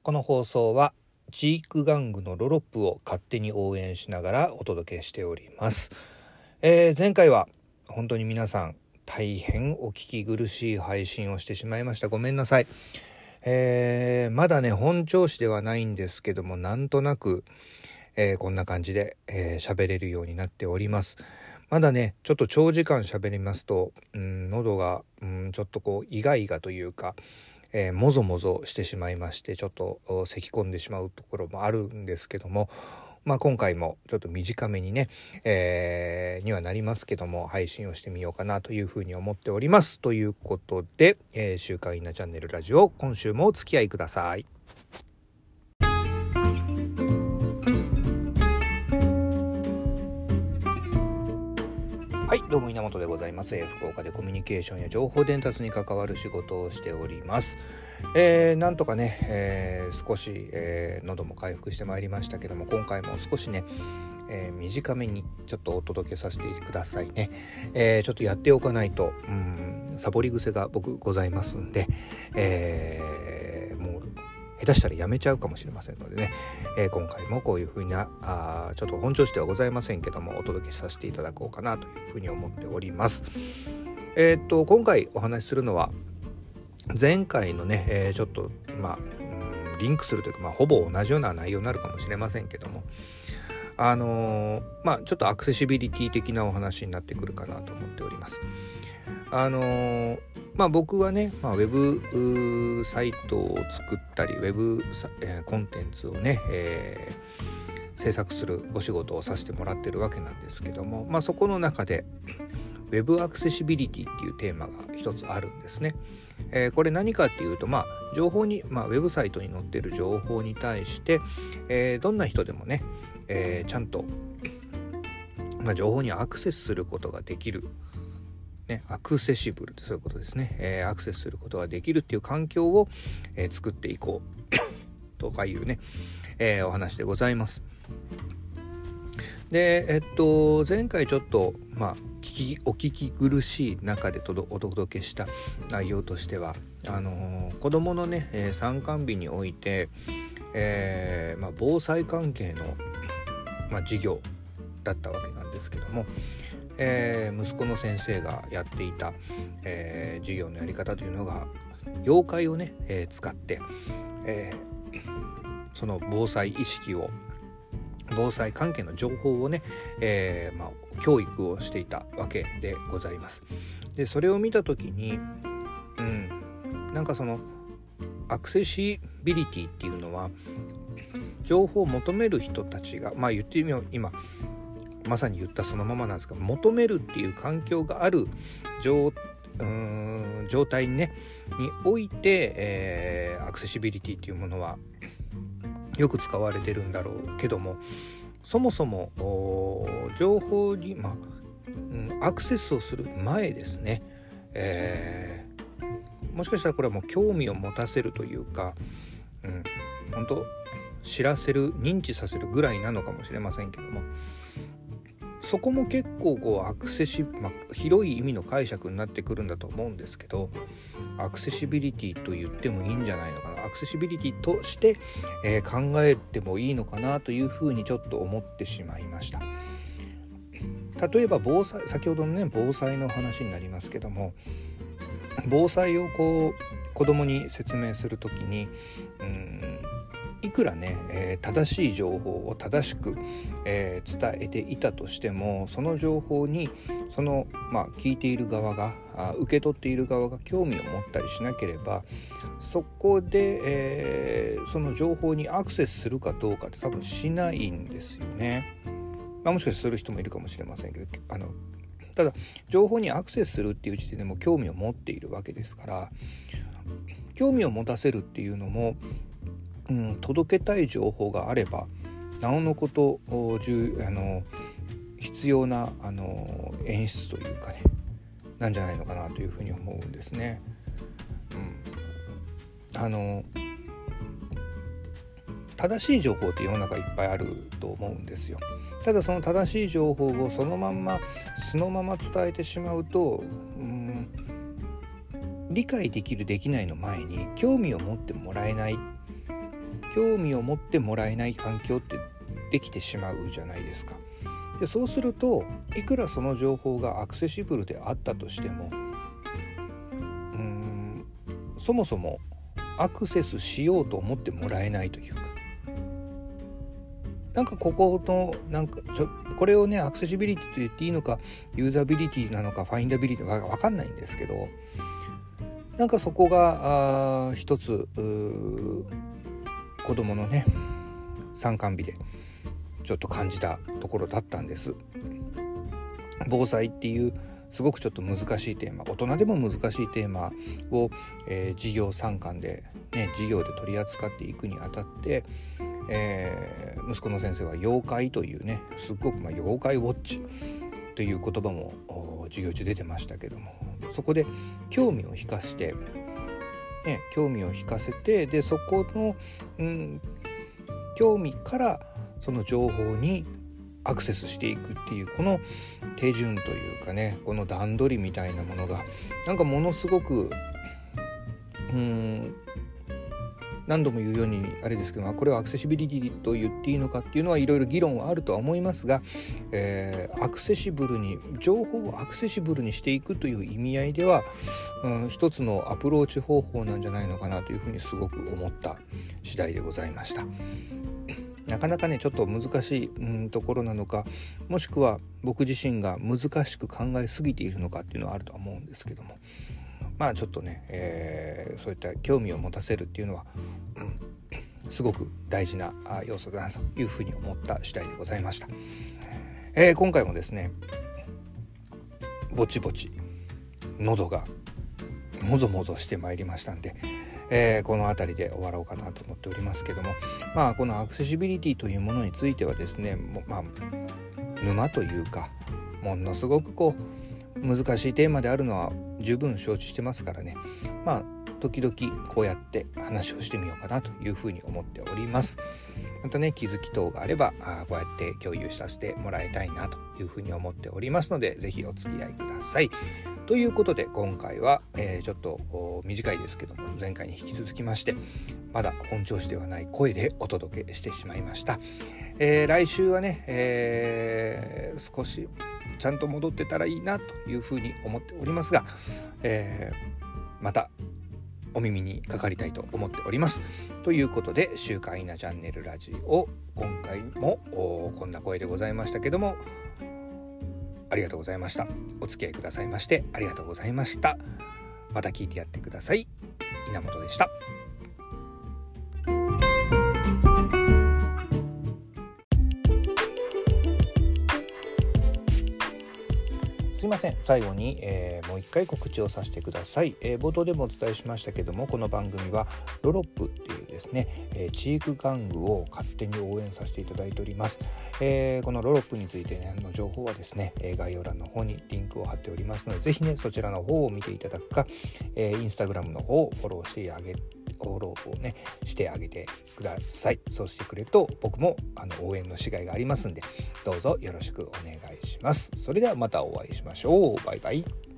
この放送はジーク玩具のロロップを勝手に応援しながらお届けしております。前回は本当に皆さん大変お聞き苦しい配信をしてしまいました。ごめんなさい。まだね本調子ではないんですけども、なんとなく、こんな感じで喋れるようになっております。まだねちょっと長時間喋りますと喉がちょっとこうイガイガというかもぞもぞしてしまいまして、ちょっと咳き込んでしまうところもあるんですけども、今回もちょっと短めにね、にはなりますけども配信をしてみようかなというふうに思っております。ということで、週刊イナチャンネルラジオ、今週もお付き合いください。はい、どうも稲本でございます。福岡でコミュニケーションや情報伝達に関わる仕事をしております。なんとかね、少し、喉も回復してまいりましたけども、今回も少しね、短めにちょっとお届けさせてくださいね。ちょっとやっておかないとサボり癖が僕ございますんで、もう下手したらやめちゃうかもしれませんのでね、今回もこういう風なちょっと本調子ではございませんけどもお届けさせていただこうかなというふうに思っております。今回お話しするのは前回のね、ちょっとリンクするというか、ほぼ同じような内容になるかもしれませんけども、ちょっとアクセシビリティ的なお話になってくるかなと思っております。僕はね、ウェブサイトを作ったりウェブ、コンテンツをね、制作するお仕事をさせてもらってるわけなんですけども、そこの中でウェブアクセシビリティっていうテーマが一つあるんですね。これ何かっていうと、情報に、ウェブサイトに載っている情報に対して、どんな人でもね、ちゃんと、情報にアクセスすることができる、アクセシブルってそういうことですね。アクセスすることができるっていう環境を、作っていこうとかいうね、お話でございます。で、前回ちょっとお聞き苦しい中でお届けした内容としては、子どものね、参観日において、防災関係の、授業だったわけなんですけども、息子の先生がやっていた、授業のやり方というのが妖怪をね、使って、その防災意識を防災関係の情報をね、教育をしていたわけでございます。でそれを見た時に、なんかそのアクセシビリティっていうのは情報を求める人たちが、言ってみよう、今まさに言ったそのままなんですが、求めるっていう環境がある状態にねにおいて、アクセシビリティっていうものはよく使われてるんだろうけども、そもそも情報に、アクセスをする前ですね、もしかしたらこれはもう興味を持たせるというか、本当知らせる、認知させるぐらいなのかもしれませんけども、そこも結構アクセシ、広い意味の解釈になってくるんだと思うんですけど、アクセシビリティと言ってもいいんじゃないのかな、アクセシビリティとして、考えてもいいのかなというふうにちょっと思ってしまいました。例えば防災、先ほどのね防災の話になりますけども、防災をこう子供に説明するときにいくらね、正しい情報を正しく、伝えていたとしても、その情報にその、聞いている側が受け取っている側が興味を持ったりしなければ、そこで、その情報にアクセスするかどうかって多分しないんですよね。もしかしたらする人もいるかもしれませんけど、ただ情報にアクセスするっていう時点でも興味を持っているわけですから、興味を持たせるっていうのも届けたい情報があればなおのこと必要な演出というかね、なんじゃないのかなというふうに思うんですね。正しい情報って世の中いっぱいあると思うんですよ。ただその正しい情報をそのまま伝えてしまうと、理解できるできないの前に興味を持ってもらえない興味を持ってもらえない環境ってできてしまうじゃないですか。でそうするといくらその情報がアクセシブルであったとしてもそもそもアクセスしようと思ってもらえないというか、なんかここのこれをねアクセシビリティと言っていいのかユーザビリティなのかファインダビリティは分かんないんですけど、なんかそこが一つ子供のね参観日でちょっと感じたところだったんです。防災っていうすごくちょっと難しいテーマ、大人でも難しいテーマを、授業参観で、ね、授業で取り扱っていくにあたって、息子の先生は妖怪というねすっごく妖怪ウォッチという言葉も授業中出てましたけども、そこで興味を引かせて、でそこの、興味からその情報にアクセスしていくっていうこの手順というかね、この段取りみたいなものがなんかものすごく何度も言うようにあれですけど、これをアクセシビリティと言っていいのかっていうのはいろいろ議論はあるとは思いますが、アクセシブルに情報をアクセシブルにしていくという意味合いでは、一つのアプローチ方法なんじゃないのかなというふうにすごく思った次第でございました。なかなかねちょっと難しいところなのか、もしくは僕自身が難しく考えすぎているのかっていうのはあるとは思うんですけども、ちょっとね、そういった興味を持たせるっていうのは、すごく大事な要素だなというふうに思った次第でございました。今回もですねぼちぼち喉がもぞもぞしてまいりましたんで、この辺りで終わろうかなと思っておりますけども、このアクセシビリティというものについてはですね、沼というかものすごく難しいテーマであるのは十分承知してますからね、時々こうやって話をしてみようかなというふうに思っております。またね気づき等があればこうやって共有させてもらいたいなというふうに思っておりますので、ぜひお付き合いください。ということで今回は、ちょっと短いですけども前回に引き続きましてまだ本調子ではない声でお届けしてしまいました。来週はね、少しちゃんと戻ってたらいいなというふうに思っておりますが、またお耳にかかりたいと思っております。ということで週刊イナチャンネルラジオ、今回もこんな声でございましたけども、ありがとうございました。お付き合いくださいましてありがとうございました。また聞いてやってください。稲本でした。すいません、最後に、もう一回告知をさせてください。冒頭でもお伝えしましたけども、この番組はロロップっていうですね、知育玩具を勝手に応援させていただいております。このロロップについての情報はですね、概要欄の方にリンクを貼っておりますので、ぜひねそちらの方を見ていただくか、インスタグラムの方をフォローしてあげてください。そうしてくれると僕も応援のしがいがありますんで、どうぞよろしくお願いします。それではまたお会いしましょう。バイバイ。